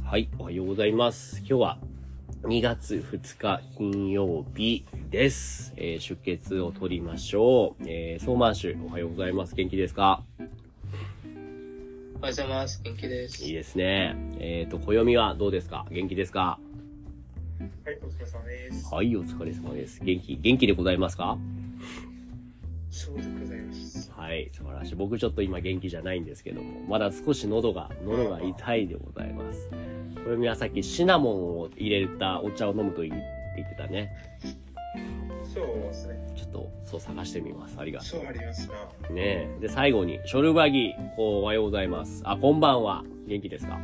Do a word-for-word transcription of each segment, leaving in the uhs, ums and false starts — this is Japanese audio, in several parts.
はい、おはようございます。今日はにがつふつか金曜日です。えー、出血を取りましょう。えー、ソーマンシュ、おはようございます。元気ですか？ おはようございます。元気です。 いいですね。えーと、暦はどうですか？元気ですか？ はい、お疲れ様です。 はい、お疲れ様です。元気、元気でございますか？ そうでございます。 はい、素晴らしい。僕ちょっと今元気じゃないんですけども、まだ少し喉が、喉が痛いでございます。暦はさっきシナモンを入れたお茶を飲むといいって言ってたね。 そうですね。 ちょっと、そう探してみます。ありがとう。 そうありますな。 ねえ。で、最後に、ショルバギ、おはようございます。あ、こんばんは。元気ですか？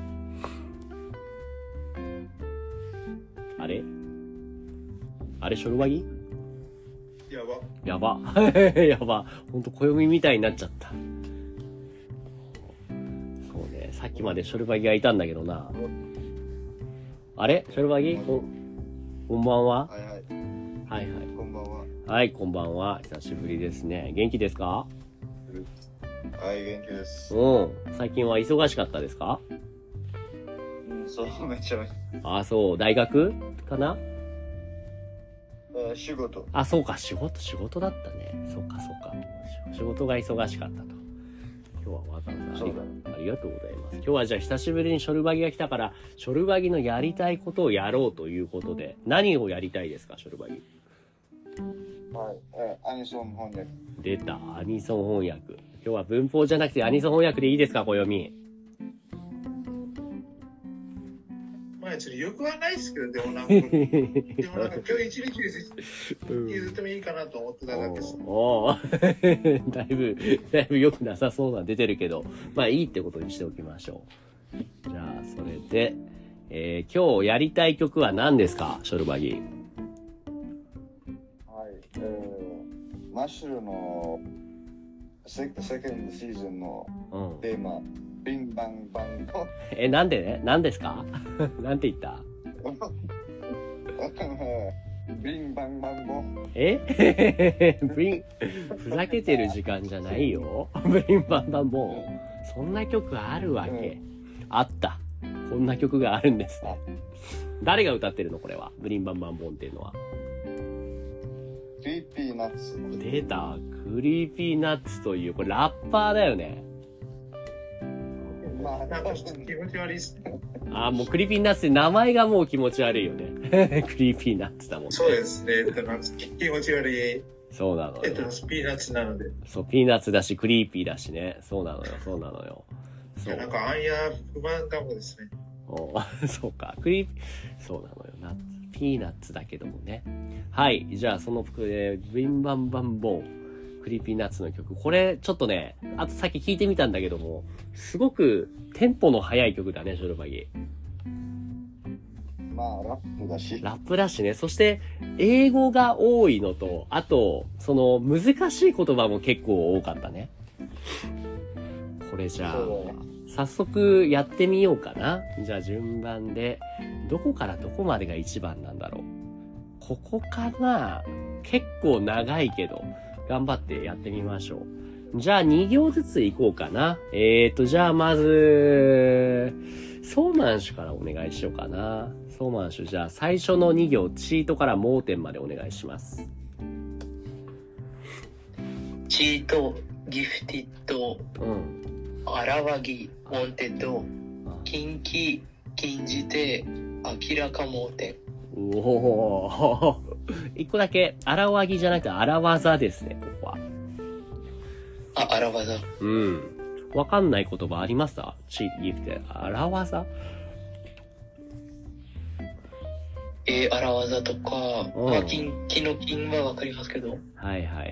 あれあれ、ショルバギ？ やば。 やば。やば。ほんと、暦みたいになっちゃった。そうね。さっきまでショルバギがいたんだけどな。あれショルバギ？こ、こんばんは。 はいはい。 はいはい。 こんばんは。 はい、こんばんは。久しぶりですね。元気ですか？ はい、元気です。 うん。最近は忙しかったですか？ うん、そう、めちゃめちあ、そう。大学かな？ ゃ。仕事。 あ、そうか。仕事、仕事だったね。そうか、そうか。仕事が忙しかったと。今日はわざわざありが、ありがとうございます。今日はじゃあ久しぶりにショルバギが来たから、ショルバギのやりたいことをやろうということで、何をやりたいですか、ショルバギ。 はい。え、アニソン翻訳。 出た、アニソン翻訳。今日は文法じゃなくてアニソン翻訳でいいですか、暦。 まあ、ちょっとよくはないですけど、でもなんか、でもなんか今日一日で譲ってもいいかなと思ってただけです。 おーだいぶ、だいぶ良くなさそうな出てるけど、まあいいってことにしておきましょう。じゃあ、それで、えー、今日やりたい曲は何ですか、ショルバギ。 はい。えー、マッシュルのセセカンドシーズンのテーマ、うん、ビンバンバンボン。 え、なんでね何ですかなんて言ったビンバンバンボン。 えビン、ふざけてる時間じゃないよ。ビンバンバンボン。そんな曲あるわけ、うん、あった。こんな曲があるんですね。誰が歌ってるのこれは。ブリンバンバンボンっていうのは。 クリーピーナッツ。 出た。クリーピーナッツという、これラッパーだよね。 まあ、なんかちょっと気持ち悪いっすね。 あー、もうクリーピーナッツって名前がもう気持ち悪いよね。クリーピーナッツだもんね。 そうですね。気持ち悪い。 そうなのよ。 えっと、ピーナッツなので。 そう、ピーナッツだし、クリーピーだしね。そうなのよ、そうなのよ。 そう。なんか、アンヤ不満かもですね。 おそうか。クリーピー、そうなのよ。ナッツ、ピーナッツだけどもね。はい。じゃあ、その、えー、ビンバンバンボン。クリーピーナッツの曲。これ、ちょっとね、あとさっき聞いてみたんだけども、すごくテンポの速い曲だね、ショルバギ。 まあ、ラップだし。 ラップだしね。そして、英語が多いのと、あと、その、難しい言葉も結構多かったね。これじゃあ、早速やってみようかな。じゃあ順番で、どこからどこまでが一番なんだろう。ここかな？結構長いけど、頑張ってやってみましょう。じゃあに行ずついこうかな。えーと、じゃあまず、ソーマンシュからお願いしようかな。ソーマンシュ、じゃあ最初のに行、チートから盲点までお願いします。 チート、ギフティッド、うん、アラワギ、モンテッド、近畿、禁じて、明らか盲点。 おお一個だけ、荒わぎじゃなくて荒技ですね、ここは。 あ、荒技。 うん。わかんない言葉ありますか？チートギフト。荒技？ えー、荒技とか、まあ、金、木の金はわかりますけど。 はいはいはいはい。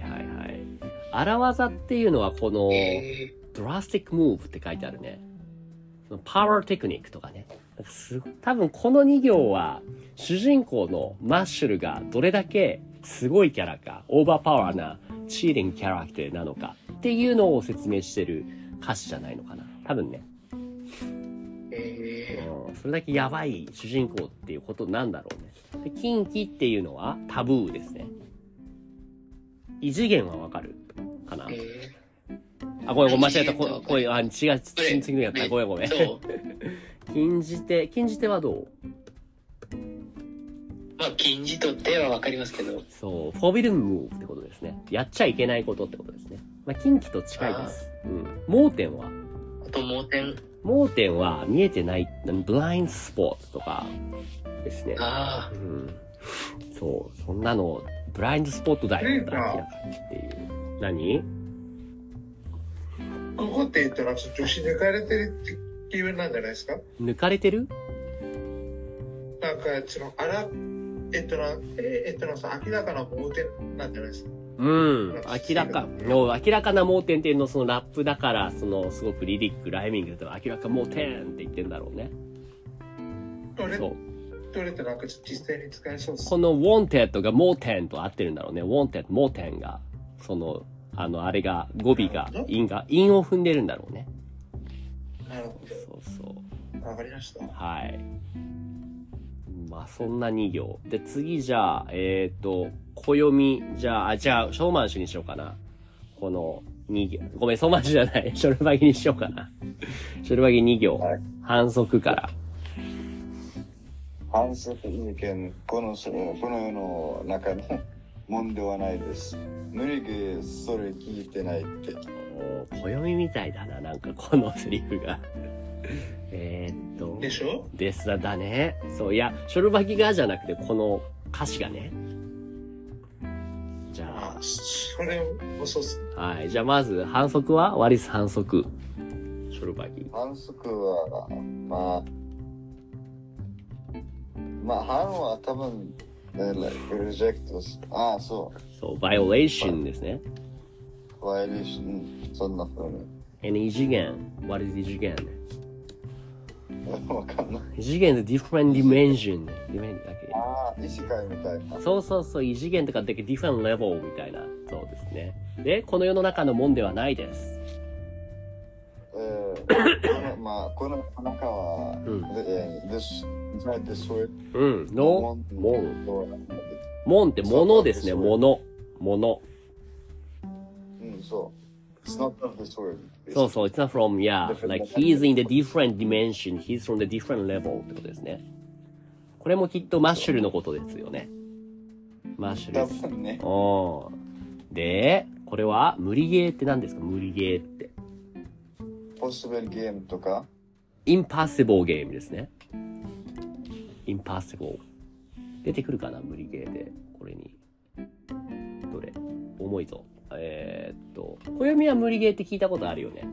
荒技っていうのはこの、えー、ドラスティックムーブって書いてあるね。そのパワーテクニックとかね。なんかす多分このに行は、主人公のマッシュルがどれだけすごいキャラか、オーバーパワーなチーリングキャラクターなのかっていうのを説明してる歌詞じゃないのかな。多分ね。 えーうん、それだけやばい主人公っていうことなんだろうね。で、近畿っていうのはタブーですね。異次元はわかるかな、えー、あ、ごめんごめん、間違えた。こ、こういう、あ、違う、次のやった。ごめんごめん。 禁じ手、禁じ手はどう？ まあ、禁じと手はわかりますけど。 そう、forbidden move ってことですね。やっちゃいけないことってことですね。まあ、禁忌と近いです。うん。盲点は？ あと盲点。 盲点は見えてない、ブラインドスポットとかですね。 ああ。 うん。そう、そんなの、ブラインドスポットだよって明らかにっていう。何？ ここって言ったら女子抜かれてるって気分なんじゃないですか？ 抜かれてる？ なんか、その、あら、えっとな、ええっとなさ、明らかな盲点なんじゃないですか？ うん。明らか、明らかな盲点っていうのをそのラップだから、その、すごくリリック、ライミングだと明らか盲点って言ってんだろうね。 どれそう。 どれってなんか実際に使えそうです。 この wanted が盲点と合ってるんだろうね。wanted、盲点が、その、あの、あれが、語尾が、韻が、韻を踏んでるんだろうね。 なるほど。 そうそう。 わかりました。 はい。まあ、そんなに行。で、次じゃあ、えっ、ー、と、暦、じゃあ、じゃあ、ショーマンシュにしようかな。このに行。ごめん、ソーマンシュじゃない。ショルバギにしようかな。ショルバギに行。はい、反則から。 反則意見、この、この世の中のもんではないです。無理ゲー、それ聞いてないって。 おー、暦みたいだな、なんかこのセリフが。えーっと。 でしょ？ ですだ、だね。そう、いや、ショルバギがじゃなくて、この歌詞がね。じゃあ。 それもそうっす。 はい。じゃあ、まず、反則は？ワリス反則。ショルバギ。 反則は、まあ、まあ、反は多分、like、リジェクト。ああ、そう。 そう、バイオレーションですね。 バイオレーション、そんな風に。 And 異次元。What is 異次元？ わかんない。 異次元で different dimension。 ああ、異世界みたいな。 そうそうそう、異次元とかで different level みたいな。そうですね。で、この世の中のもんではないです。 えー、まあ、この中は、うん。this, this word. うん、の、もん。もんってものですね、もの。もの。 うん、そう。It's not from this word. そうそう、it's not from, yeah, like he's in the different dimension, he's from the different level ってことですね。これもきっとマッシュルのことですよね。マッシュルです。 多分ね。 おー。で、これは無理ゲーって何ですか？無理ゲーって。 possible ゲームとか impossible ゲームですね。impossible。出てくるかな？無理ゲーで。これに。どれ？重いぞ。えー、っと、暦は無理ゲーって聞いたことあるよね。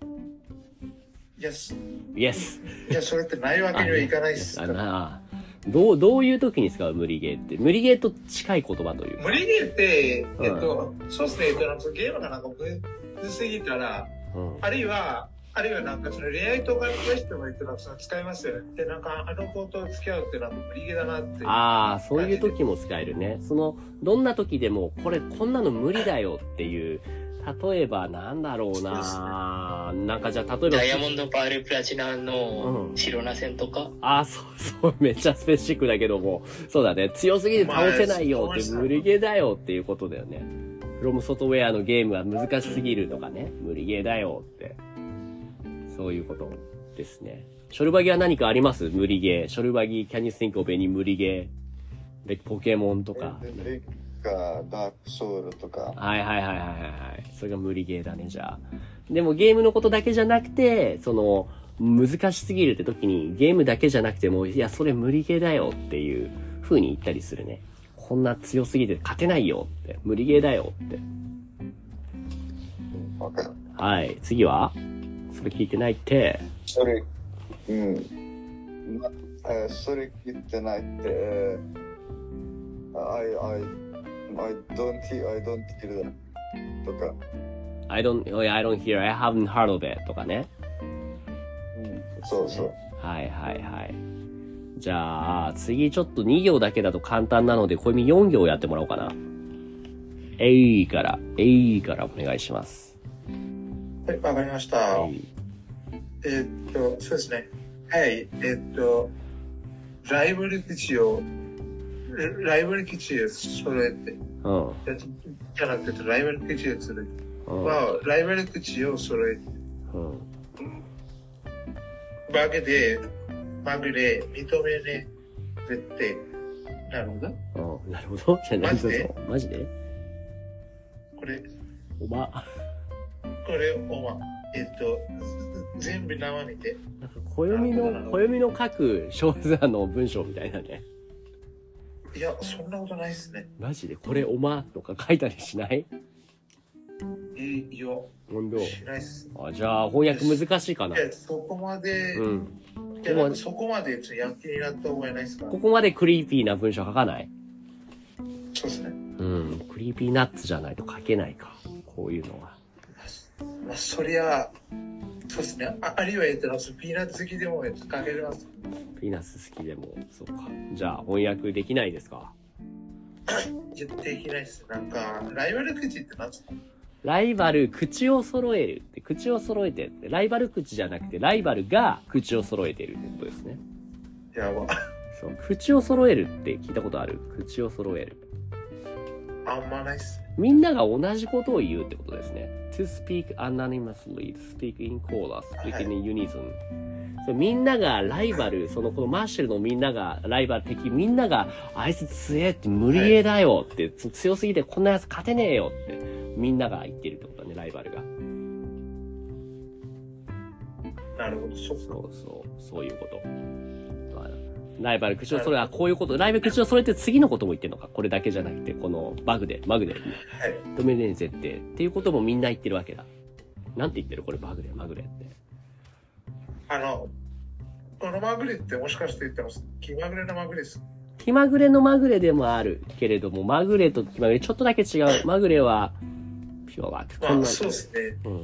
Yes。 Yes。 いや、それってないわけにはいかないっすから。 あどう、どういう時に使う無理ゲーって。無理ゲーと近い言葉というか。 無理ゲーって、えっと、うん、そうですね、えっと、なんかゲームがなんかむずすぎたら、うん、あるいは、あるいはなんかその恋愛とかに対しても言ってなんかその使いますよね。で、なんかあの子と付き合うってなんか無理ゲーだなって。 ああ、そういう時も使えるね。その、どんな時でも、これ、こんなの無理だよっていう、例えばなんだろうな、ね、なんかじゃあ例えば。 ダイヤモンド、パール、プラチナの白な線とか、うん、 ああ、そうそう、めっちゃスペシックだけども、そうだね、強すぎて倒せないよって、無理ゲーだよっていうことだよね。フロムソフトウェアのゲームは難しすぎるとかね、無理ゲーだよって。そういうことですね。ショルバギは何かあります？無理ゲー。ショルバギ、can you think of any 無理ゲー？で、ポケモンとか。 レッカー、ダークソウルとか。 はいはいはいはいはい。それが無理ゲーだね、じゃあ。でもゲームのことだけじゃなくて、その、難しすぎるって時に、ゲームだけじゃなくても、いや、それ無理ゲーだよっていう風に言ったりするね。こんな強すぎて勝てないよって。無理ゲーだよって。 わかる。 はい。次はそれ聞いてないって。 それ、うん。ま、えー、それ聞いてないって、I, I, I don't hear, I don't hear that とか。 I don't, I don't hear, I haven't heard of it とかね。 うん、そうそう。 はいはいはい。じゃあ、次ちょっとに行だけだと簡単なので、これよん行やってもらおうかな。A から、A からお願いします。 はい、わかりました。えー、っと、そうですね。はい、えー、っと、ライバル基地を、ライバル基地を揃えて、うん、じゃなくて、ライバル基地を揃えて、うん、まあ、ライバル基地を揃えて、うん、わけで、 まぐれ認めね絶対。なるほど。 うん、なるほど。じゃあ何ぞマジでこれ、 おば。 これ、おま。えっと、全部生見て。 なんか暦の、暦の書く小説の文章みたいなね。 いや、そんなことないっすね。 マジでこれおまとか書いたりしない？ え、いや、 本当。 しないっす。 あ、じゃあ翻訳難しいかな。 いや、そこまで、 うん。 いや、なんかそこまでやってになった覚えないっすか？ ここまでクリーピーな文章書かない？ そうっすね。 うん。クリーピーナッツじゃないと書けないか。こういうのは。 まあ、そりゃ、そうっすね。あ、あるいは言ってます。ピーナッツ好きでも書けます。 ピーナッツ好きでも、そうか。じゃあ翻訳できないですか？ いや、できないっす。なんか、ライバル口って何すか？ ライバル、口を揃えるって、口を揃えてって、ライバル口じゃなくて、ライバルが口を揃えているってことですね。 やば。 そう、口を揃えるって聞いたことある？口を揃える。 あんまないっす。 みんなが同じことを言うってことですね。to speak anonymously, speak in chorus, speak in unison、はい、そうみんながライバル、そのこのマッシュルのみんながライバル敵、みんながあいつ強えって無理ゲーだよって、はい、強すぎてこんなやつ勝てねえよってみんなが言ってるってことだね、ライバルが。 なるほど、そうそうそう、そういうこと。ライバル口を揃え、あ、こういうこと、ライバル口を揃えて次のことも言ってるのか。これだけじゃなくて、このバグで、マグで、はい、止めねえ絶対っていうこともみんな言ってるわけだ。なんて言ってるこれバグで、マグでって。 あの、このマグレってもしかして言ってます。気まぐれのマグレです。 気まぐれのマグレでもあるけれども、マグレと気まぐれちょっとだけ違う。マグレは、ピュアワーク。 まあ、まあ、そうですね。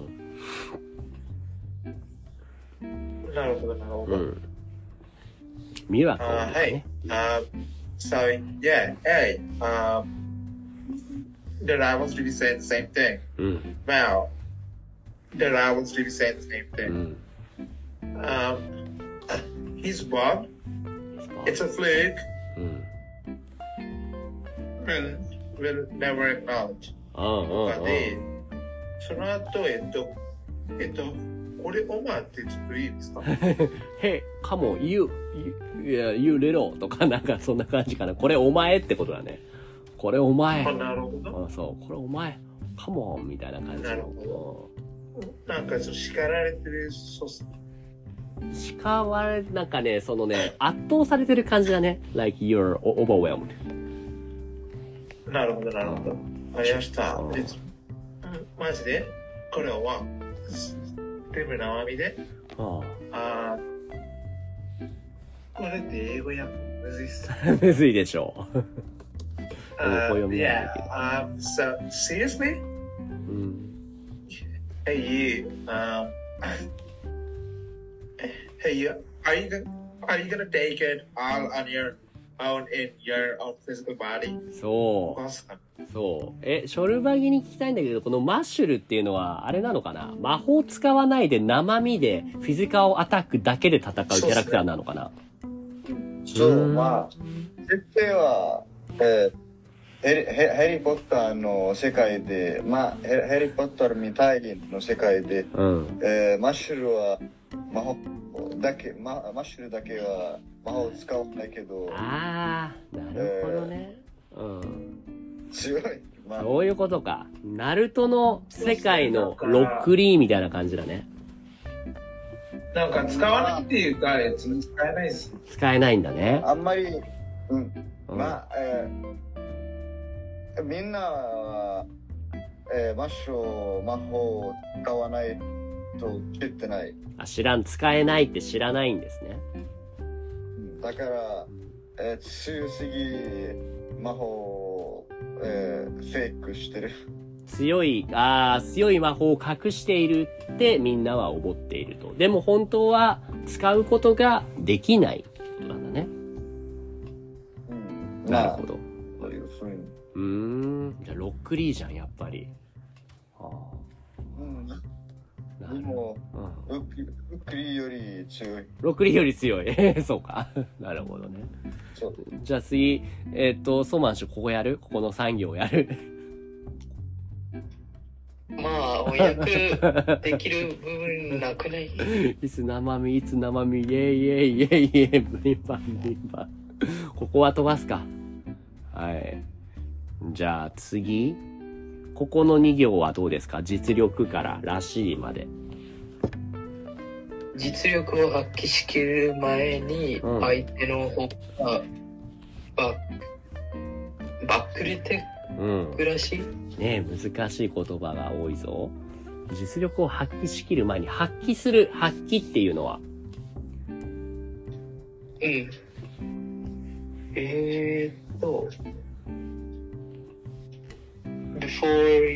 うん。 なるほど、なるほど。うん Miracle. Uh, hey, uh, so yeah, hey, um, that I was really saying the same thing. Mm. Wow, that I was really saying the same thing. Mm. Um, he's Bob. He's Bob. It's a fluke. Mm. We'll, we'll never acknowledge. Oh, oh, oh. で、その後、えっと、えっと、これお前ってちょっといいですか？ Hey, come on, you, you, yeah, you little とかなんかそんな感じかな。これお前ってことだね。これお前。 あ、なるほど。 あ、そう、これお前。come on みたいな感じ。 なるほど。なんかちょっと叱られてる、そうっすね。 叱られ、なんかね、そのね、圧倒されてる感じだね。like you're overwhelmed. なるほど、なるほど。ありました。マジでこれは、全部生身で、ああ、これって英語やむずいっす。 むずいでしょう。 uh, yeah, um, so seriously? Mm. Hey you, um, hey you, are you gonna, are you gonna take it all on your own in your own physical body? そう。そう。え、ショルバギに聞きたいんだけど、このマッシュルっていうのは、あれなのかな？魔法使わないで生身でフィジカルアタックだけで戦うキャラクターなのかな？ そう、まあ、設定は、えー、ヘリ、ヘリポッターの世界で、まあ、ヘリポッターみたいの世界で、うん、えー、マッシュルは魔法だけ、マ, マッシュルだけは魔法使わないけど、 ああ、なるほどね。えー、うん。 強い。 まあ、そういうことか。ナルトの世界のロックリーみたいな感じだね。 なんか使わないっていうか、使えないです。 使えないんだね。 あんまり、うん。うん、まあ、えー、みんなは、えー、魔性、魔法を使わないと知ってない。 あ、知らん、使えないって知らないんですね。 だから、えー、強すぎ魔法を、えー、フェイクしてる。 強い、ああ、強い魔法を隠しているってみんなは思っていると。でも本当は使うことができないってことなんだね。うん、なるほど。そういうふうに。うーん。じゃあロックリーじゃん、やっぱり。はあ、 うん。なるほど。うん、ロックリーより強い。 ロックリーより強い。そうか。なるほどね。そう。じゃあ次、えっと、ソマンシュここやる？ここの産業やる？ まあ、 翻訳できる部分なくない？ いつ生身、いつ生身、イェイイェイイェイイェイ、ブリンバン、ブリンバン。ここは飛ばすか。はい。じゃあ次。ここのに行はどうですか？実力かららしいまで。 実力を発揮しきる前に、相手の方がバック、バックれてくらしい、うん、 ねえ、難しい言葉が多いぞ。実力を発揮しきる前に、発揮する、発揮っていうのはうん。えーっと、before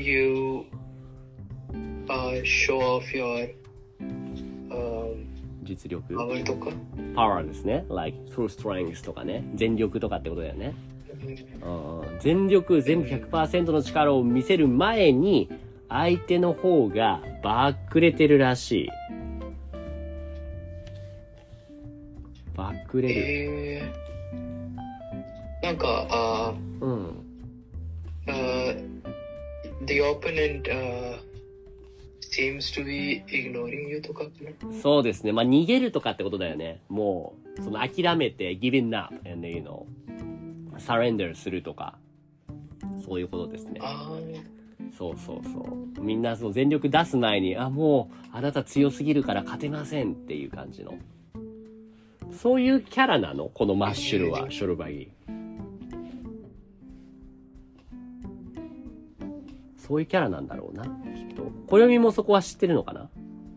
you、uh, show off your、um, 実力。 パワーとか power ですね。like true strength とかね。全力とかってことだよね。うん、全力、全部 ひゃくパーセント の力を見せる前に、相手の方がバックれてるらしい。バックれる。 えー、なんか、あうん。 Uh, the opponent、uh, seems to be ignoring you とか。 そうですね。まあ、逃げるとかってことだよね。もう、その諦めて giving up and you know, surrender するとか。そういうことですね。 あそうそうそう。みんなその全力出す前に、あ、もう、あなた強すぎるから勝てませんっていう感じの。そういうキャラなの？このマッシュルは、ショルバギ。そういうキャラなんだろうな、きっと。暦もそこは知ってるのかな？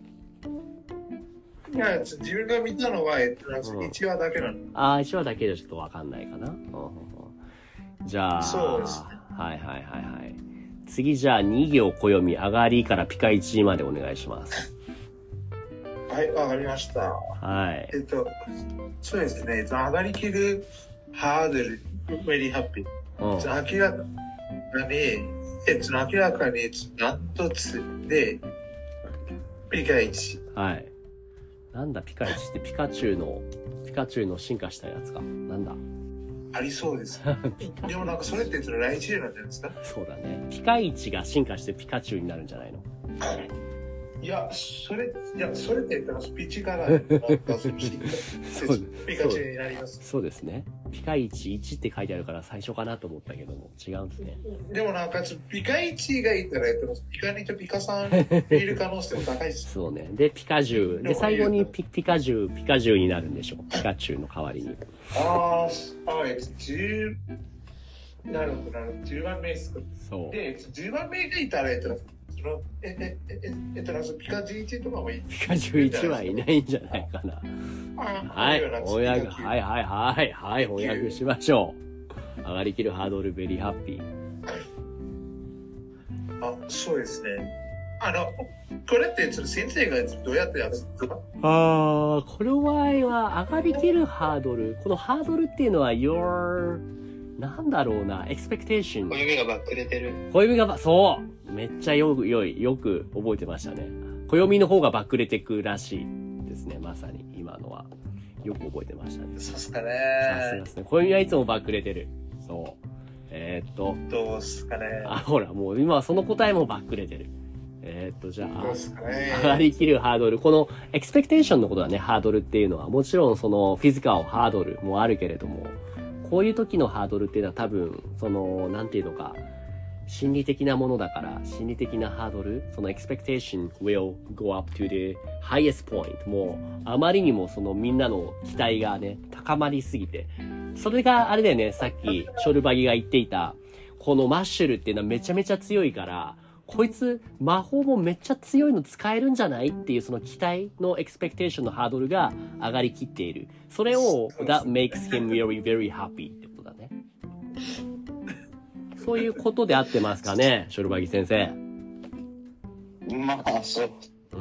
いや、自分が見たのは、えっと、いちわだけなの。うん、 ああ、いちわだけでちょっとわかんないかな。うん、じゃあ、 そうですね。 はいはいはいはい。次じゃあに行暦上がりからピカいちまでお願いします。 はい、わかりました。 はい。 えっと、そうですね。上がりきるハードル、very happy。うん、明らかに、えっと、明らかに、ダントツで、ピカイチ。 はい。なんだピカイチってピカチュウの、ピカチュウの進化したやつか。なんだありそうです。でもなんかそれって言ったら来週なんじゃないですか？ そうだね。ピカイチが進化してピカチュウになるんじゃないの？ いや、それ、いや、それって言ったらスピーチからなんかその進化ピカチュウになります。 そうですね。ピカイチいちって書いてあるから最初かなと思ったけども、違うんですね。 でもなんかピカイチがいたら、ピカニとピカさんいる可能性も高いです。 そうね。で、ピカジュウ。で、最後にピピカジュウ、ピカジュウになるんでしょう。ピカチュウの代わりに。 ああ、ああ、じゅう、なるほど、なるほど。じゅうばんめですか。 そう。で、 じゅうばんめがいたら、えっと、え、え、え、え、えっと、ピカジュウいちとかもいい？ ピカジュウいちはいないんじゃないかな。はい。翻訳、はいはいはい。はい、翻訳しましょう。上がりきるハードルベリーハッピー。 あ、そうですね。あの、これって先生がどうやってやるんですか？ ああ、この場合は上がりきるハードル。このハードルっていうのは your なんだろうな、expectation。 暦がバックれてる。 暦がば、そう。めっちゃよく、よい、よく覚えてましたね。暦の方がバックれてくらしいですね。まさに今のはよく覚えてましたね。 さすがね。 さすがですね。暦はいつもバックれてる。そう。えー、っと。 どうすかね。 あ、ほら、もう今はその答えもバックれてる。えー、っと、じゃあ、 どうすかね。 上がりきるハードル。このエクスペクテーションのことだね、ハードルっていうのは。もちろんそのフィジカルハードルもあるけれども、こういう時のハードルっていうのは多分、その、なんていうのか、心理的なものだから、心理的なハードル、その expectation will go up to the highest point。もう、あまりにもそのみんなの期待がね、高まりすぎて。それがあれだよね、さっき、ショルバギが言っていた、このマッシュルっていうのはめちゃめちゃ強いから、こいつ、魔法もめっちゃ強いの使えるんじゃないっていうその期待の expectation のハードルが上がりきっている。それを、that makes him very, very happy ってことだね。そういうことで合ってますかね、ショルバギ先生。 まあ、そう。 うん。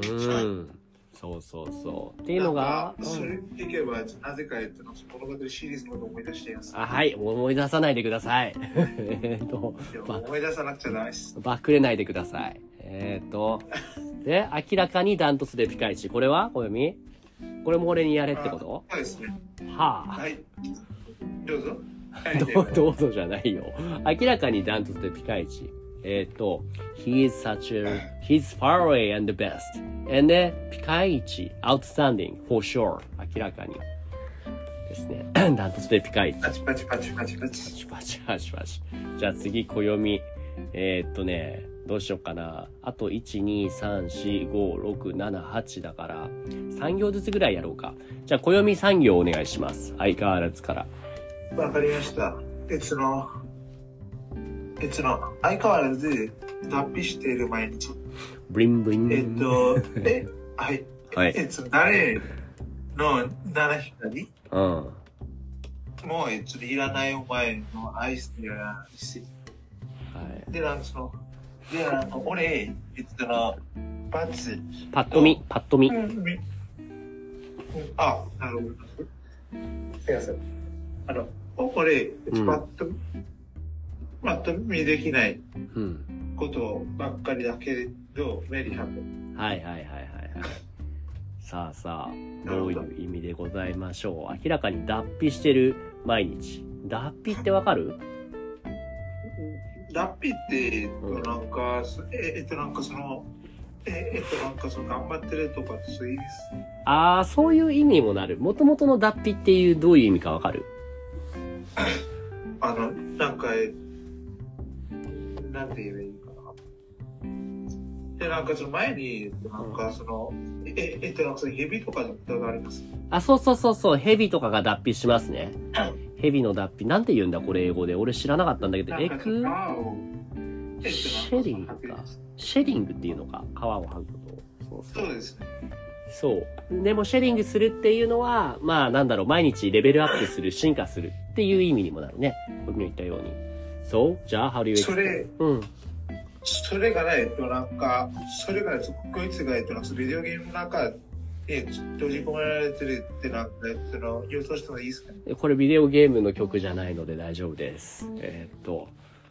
そうそうそう。っていうのが、 それ聞けば、なぜか言っての、物語シリーズのこと思い出しています。 あ、はい。思い出さないでください。えっと、 思い出さなくちゃダメです。 バックれないでください。えっと、で、明らかにダントツでピカイチ。これはお読み？これも俺にやれってこと？ そうですね。 はあ。 はい。どうぞ。 どうどうぞじゃないよ。明らかにダントツでピカイチ。 えっと、he is such a, he's far away and the best. And then, ピカイチ、outstanding, for sure. 明らかに。ですね。ダントツでピカイチ。 パチパチパチパチパチ。 パチパチパチパチ。じゃあ次、暦。えー、っとね、どうしようかな。あと、いち、に、さん、よん、ご、ろく、なな、はちだから、さん行ずつぐらいやろうか。じゃあ、暦さん行お願いします。相変わらずから。 わかりました。いつの、いつの、相変わらず、脱皮している毎日。 ブリンブリン。 えっと、え、はい。 はい。 えっと、誰の七光うん。 もう、えっと、いらないお前の愛してるし。 はい。 で、なんかその、で、あの、俺、えっとの、パツ。 パッと見、パッと見。 うん、あ、なるほど。すいません。あの、俺、パッと、パッと見できないことばっかりだけれど、メリーハップ。 はいはいはいはいはい。さあさあ、どういう意味でございましょう。明らかに脱皮してる毎日。脱皮ってわかる？ 脱皮って、えっと、なんか、え、えっと、なんかその、え、えっと、なんかその、頑張ってるとか、そういう意味です。 ああ、そういう意味もなる。もともとの脱皮っていうどういう意味かわかる？ あの、なんか、なんて言えばいいかな。で、なんかその前に、なんかその、え、えっと、なんかそのヘビとかの歌があります。 あ、そうそうそうそう、ヘビとかが脱皮しますね。ヘビの脱皮。なんて言うんだこれ英語で。俺知らなかったんだけど、エク、シェリングか。シェリングっていうのか。皮を剥ぐこと。 そうそう。そうですね。 そう。でもシェリングするっていうのは、まあなんだろう、毎日レベルアップする、進化するっていう意味にもなるね。僕の言ったように。そう？じゃあ、how do you explain? それ、うん。それがね、えっと、なんか、それが、こいつが、えっと、なんか、ビデオゲームの中で閉じ込められてるってなんか、その、予想してもいいですかね？ これビデオゲームの曲じゃないので大丈夫です。えー、っと、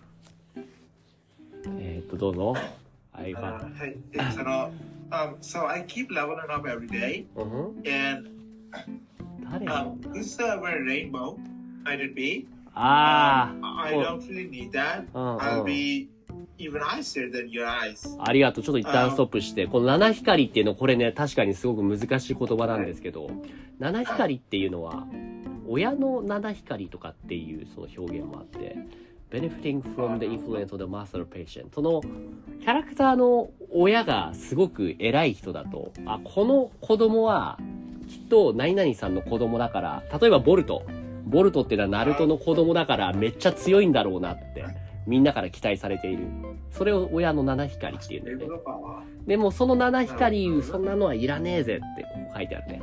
えー、っと、どうぞ。 はい。はい。その、um, so I keep leveling up every day. And, um, this is a rainbow. I did be. ああ。 I don't really need that. I'll be even nicer than your eyes. ありがとう。ちょっと一旦ストップして。この七光っていうの、これね、確かにすごく難しい言葉なんですけど、七光っていうのは、親の七光とかっていうその表現もあって、benefiting from the influence of the master patient。その、キャラクターの親がすごく偉い人だと、あ、この子供は、きっと何々さんの子供だから、例えばボルト。ボルトっていうのはナルトの子供だからめっちゃ強いんだろうなってみんなから期待されている。それを親の七光っていうんだよね。でもその七光、そんなのはいらねえぜってこう書いてあるね。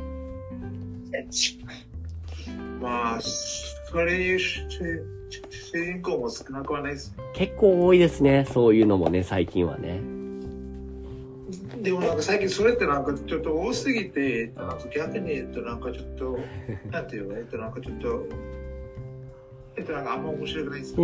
まあ、それ主人公も少なくはないです。 結構多いですね。そういうのもね、最近はね。 でもなんか最近それってなんかちょっと多すぎて、なんか逆に言うとなんかちょっと、なんていうの、えっとなんかちょっと、えっとなんかあんま面白くないです。 うん、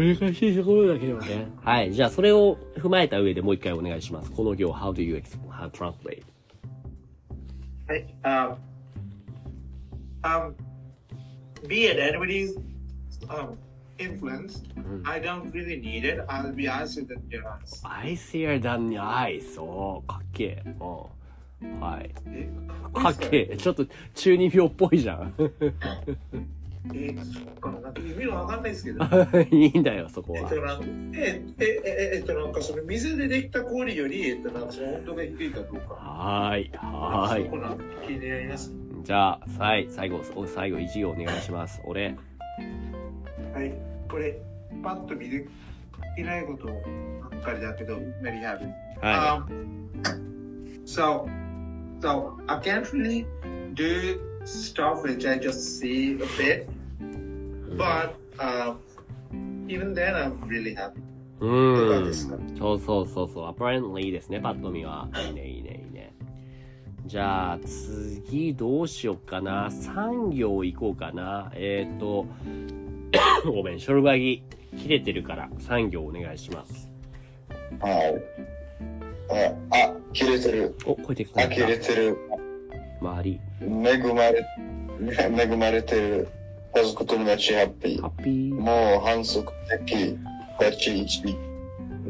難しいところだけどね。はい、じゃあそれを踏まえた上でもう一回お願いします。この行、how do you how translate? はい、um, um, be it anybody's, um, influence, I don't really need it. I'll be nicer than your eyes. Nicer than your eyes. おー、かっけえ。うん。はい。かっけえ。ちょっと中二病っぽいじゃん。 えー、そっか、なんか意味はわかんないですけど。 いいんだよ、そこは。 えっと、なんか、え、え、え、えっと、なんかその水でできた氷より、えっと、なんかその温度が低いかどうか。 はーい、はーい。 そこなんか気になります。 じゃあ、はい、最後、最後、一行お願いします。俺。 はい、これ、パッと見できないことばっかりだけど、very happy. はい。 Um, so, so, I can't really do stuff which I just see a bit, but, um, even then I'm really happy. うーん。そうそうそうそう。apparently いいですね、パッと見は。いいね、いいね、いいね。じゃあ、次どうしよっかな。さん行いこうかな。えっと、ごめん、ショルバギ切れてるからさん行お願いします。 はい。あ、あ、切れてる。 お、声できた。 あ、切れてる。 周り。 恵まれ、恵まれてる。家族友達ハッピー。 ハッピー。 もう反則的。ガチいち。い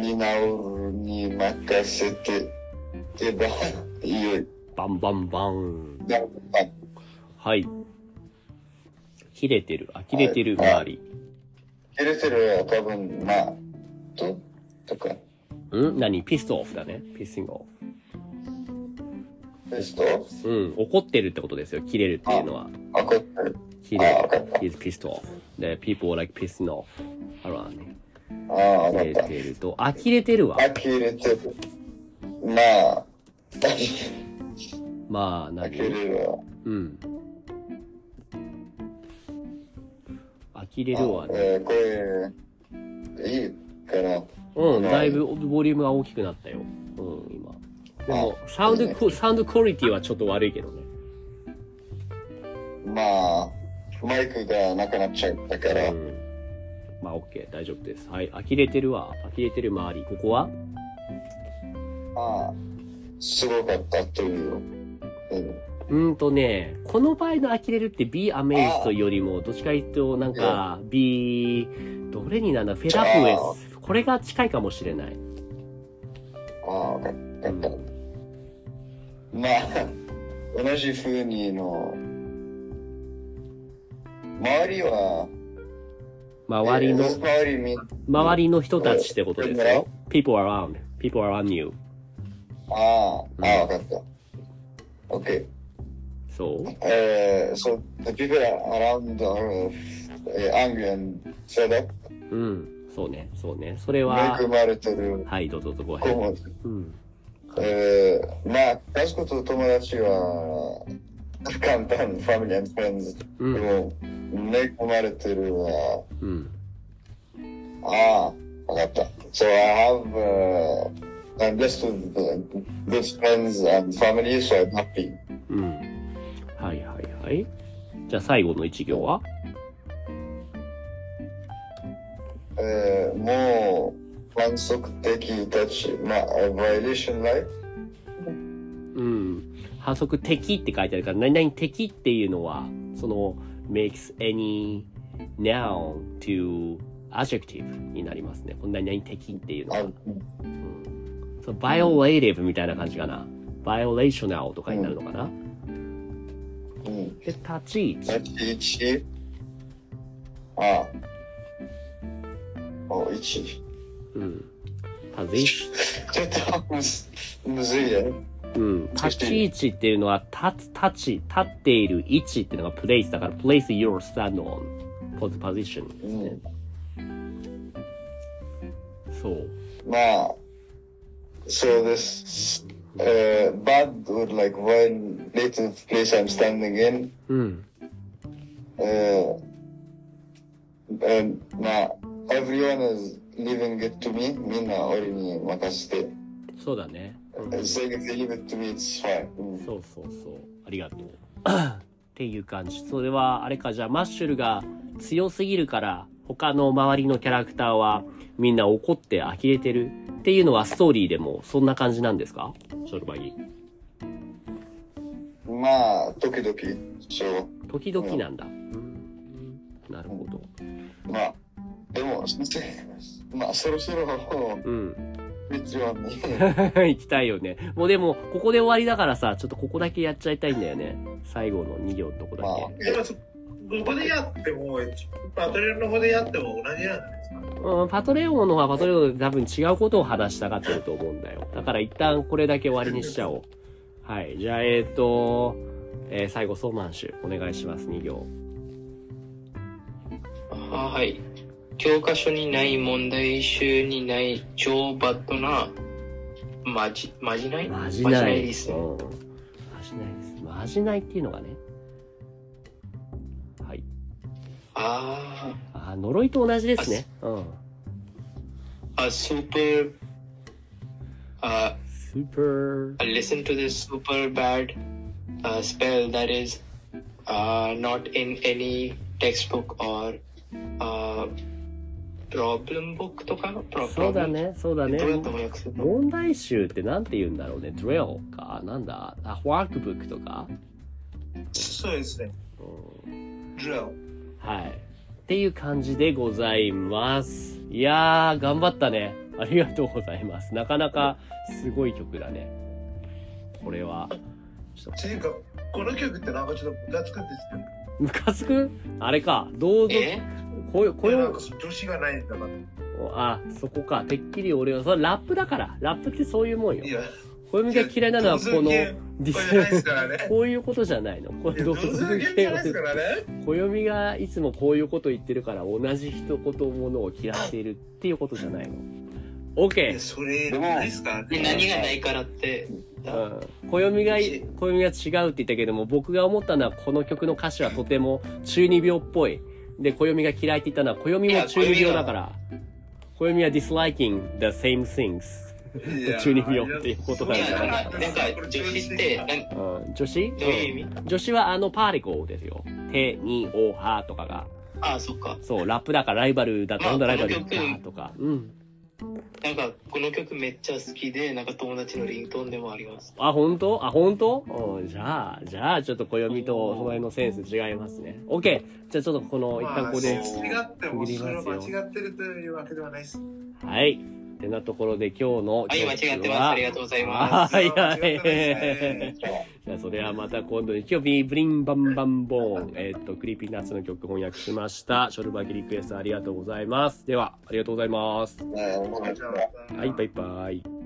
治るに任せてればいい。 バンバンバン。 バンバン。 はい。切れてる。呆れてる周り。 切れてるは多分、まあ、と、とか。 ん何ピストオフだね。ピスティングオフ。ピストオフ？ うん。怒ってるってことですよ。切れるっていうのは。 怒ってる。 切れる。He's pissed off. で、people like pissing off. あらね。 ああ、 切れてると、呆れてるわ。 呆れてる。まあ、 まあ、何？ 呆れるわ。 うん。呆れるわね。 えー、これ、いいかな。 うん、だいぶボリュームが大きくなったよ。うん、今。でも、サウンド、ね、サウンドクオリティはちょっと悪いけどね。 まあ、マイクがなくなっちゃったから。うん、 まあ、OK、大丈夫です。はい、呆れてるわ。呆れてる周り。ここはああ、すごかったという。 うんうんとね、この場合の呆れるって be amazed よりも、どっちか言うと、なんか、be、どれになんだ、fed up with。これが近いかもしれない。 ああ、わかった。うん、まあ、同じ風にの、周りは、 周りの、 周りに周りの人たちってことですよ。people around, people around you. ああ、ああ、わかった。OK。 そう。 えー、so the people around are angry and fed up. うん、そうね、そうね。それは、 恵まれてる。 はい、どうぞどうぞごへん。うん。 えー、まあ、家族と友達は、簡単、ファミリー and friends。うん、でも、恵まれてるは、うん、ああ、わかった。So I have, uh, I'm blessed with good friends and family, so I'm happy. うん。はいはいはい。じゃあ最後の一行はえー、もう、反則的たち、まあ、violation like? うん。反則的って書いてあるから、何々的っていうのは、その、makes any noun to adjective になりますね。この何々的っていうのは。うん、そう、violative みたいな感じかな。violational とかになるのかな。うん。で、立ち位置。 立ち位置。ああ。お、位置。 うん。position。 ちょっとむず、むずいね。 うん。立ち位置っていうのは、立つ、立ち、立っている位置っていうのが place だから、place your stand on position ですね。うん、そう。 まあ、そうです。Uh, bad would like violative place I'm standing in. うん。 Uh, and まあ、everyone is leaving it to me. みんな俺に任せて。 そうだね。 うん、saying if they leave it to me, it's fine. うん、そうそうそう。ありがとう。っていう感じ。それは、あれか、じゃあ、マッシュルが強すぎるから、他の周りのキャラクターはみんな怒って呆れてるっていうのはストーリーでもそんな感じなんですか？ショルバギ。 まあ、時々、そう。 時々なんだ。うん、なるほど。 まあ、でも、まあ、そろそろ、うん。行きたいよね。もうでも、ここで終わりだからさ、ちょっとここだけやっちゃいたいんだよね。最後のに行のとこだけ。まあ、 ここでやっても、パトレオンの方でやっても同じなんじゃないですか。 うん、パトレオンの方はパトレオンで多分違うことを話したがってると思うんだよ。だから一旦これだけ終わりにしちゃおう。はい。じゃあ、えっ、ー、と、えー、最後、ソーマンシュ、お願いします、に行。 はい。教科書にない問題集にない超バッドな、まじ、まじないまじないです。うん。まじないです。まじないっていうのがね。はい。 ああ。あ、呪いと同じですね。うん。 A super, uh, super, uh, listen to this super bad uh, spell that is uh, not in any textbook or uh, problem book とかそうだね、そうだね。問題集ってなんて言うんだろうね。drill かなんだあ、workbook とかそうですね。うん、drill。 はい。っていう感じでございます。いやー、頑張ったね。 ありがとうございます。なかなかすごい曲だね。これは。 ていうか、この曲ってなんかちょっとムカつくんですけど。 ムカつく？あれか。どうぞ。こういう、こういう。 なんか女子がないんだな。 あ、そこか。てっきり俺は、それラップだから。ラップってそういうもんよ。 いや。 小読みが嫌いなのはこのディス、こういうことじゃないの。これ同数系ですからね。 小読みがいつもこういうこと言ってるから同じ一言ものを嫌っているっていうことじゃないの。OK。 それないですか？ 何がないからって。 うん、小読みが小読みが違うって言ったけども、僕が思ったのはこの曲の歌詞はとても中二病っぽい。で、小読みが嫌いって言ったのは小読みも中二病だから。小読みは disliking the same things。中二病っていうことだから。 なんか女子って、 うん、女子？ どういう意味？ 女子はあのパーリコですよ。て、に、お、はとかが。 ああ、そっか。 そう、ラップだからライバルだったら、まあ、ライバルだとか。うん。 なんか、この曲めっちゃ好きで、なんか友達のリントーンでもあります。 あ、本当？あ、本当？うん、じゃあ、じゃあ、ちょっと暦とその辺のセンス違いますね。OK。じゃあ、ちょっとこの、一旦ここで。 まあ、違っても、それは間違ってるというわけではないです。 はい。ってなところで今日のはい、間違ってます。ありがとうございます。 はい、はい。じゃあ、それはまた今度に、今日、ブリンバンバンボーン、えっと、クリーピーナッツの曲翻訳しました。ショルバーキリクエストありがとうございます。では、ありがとうございます。はい、バイバイ。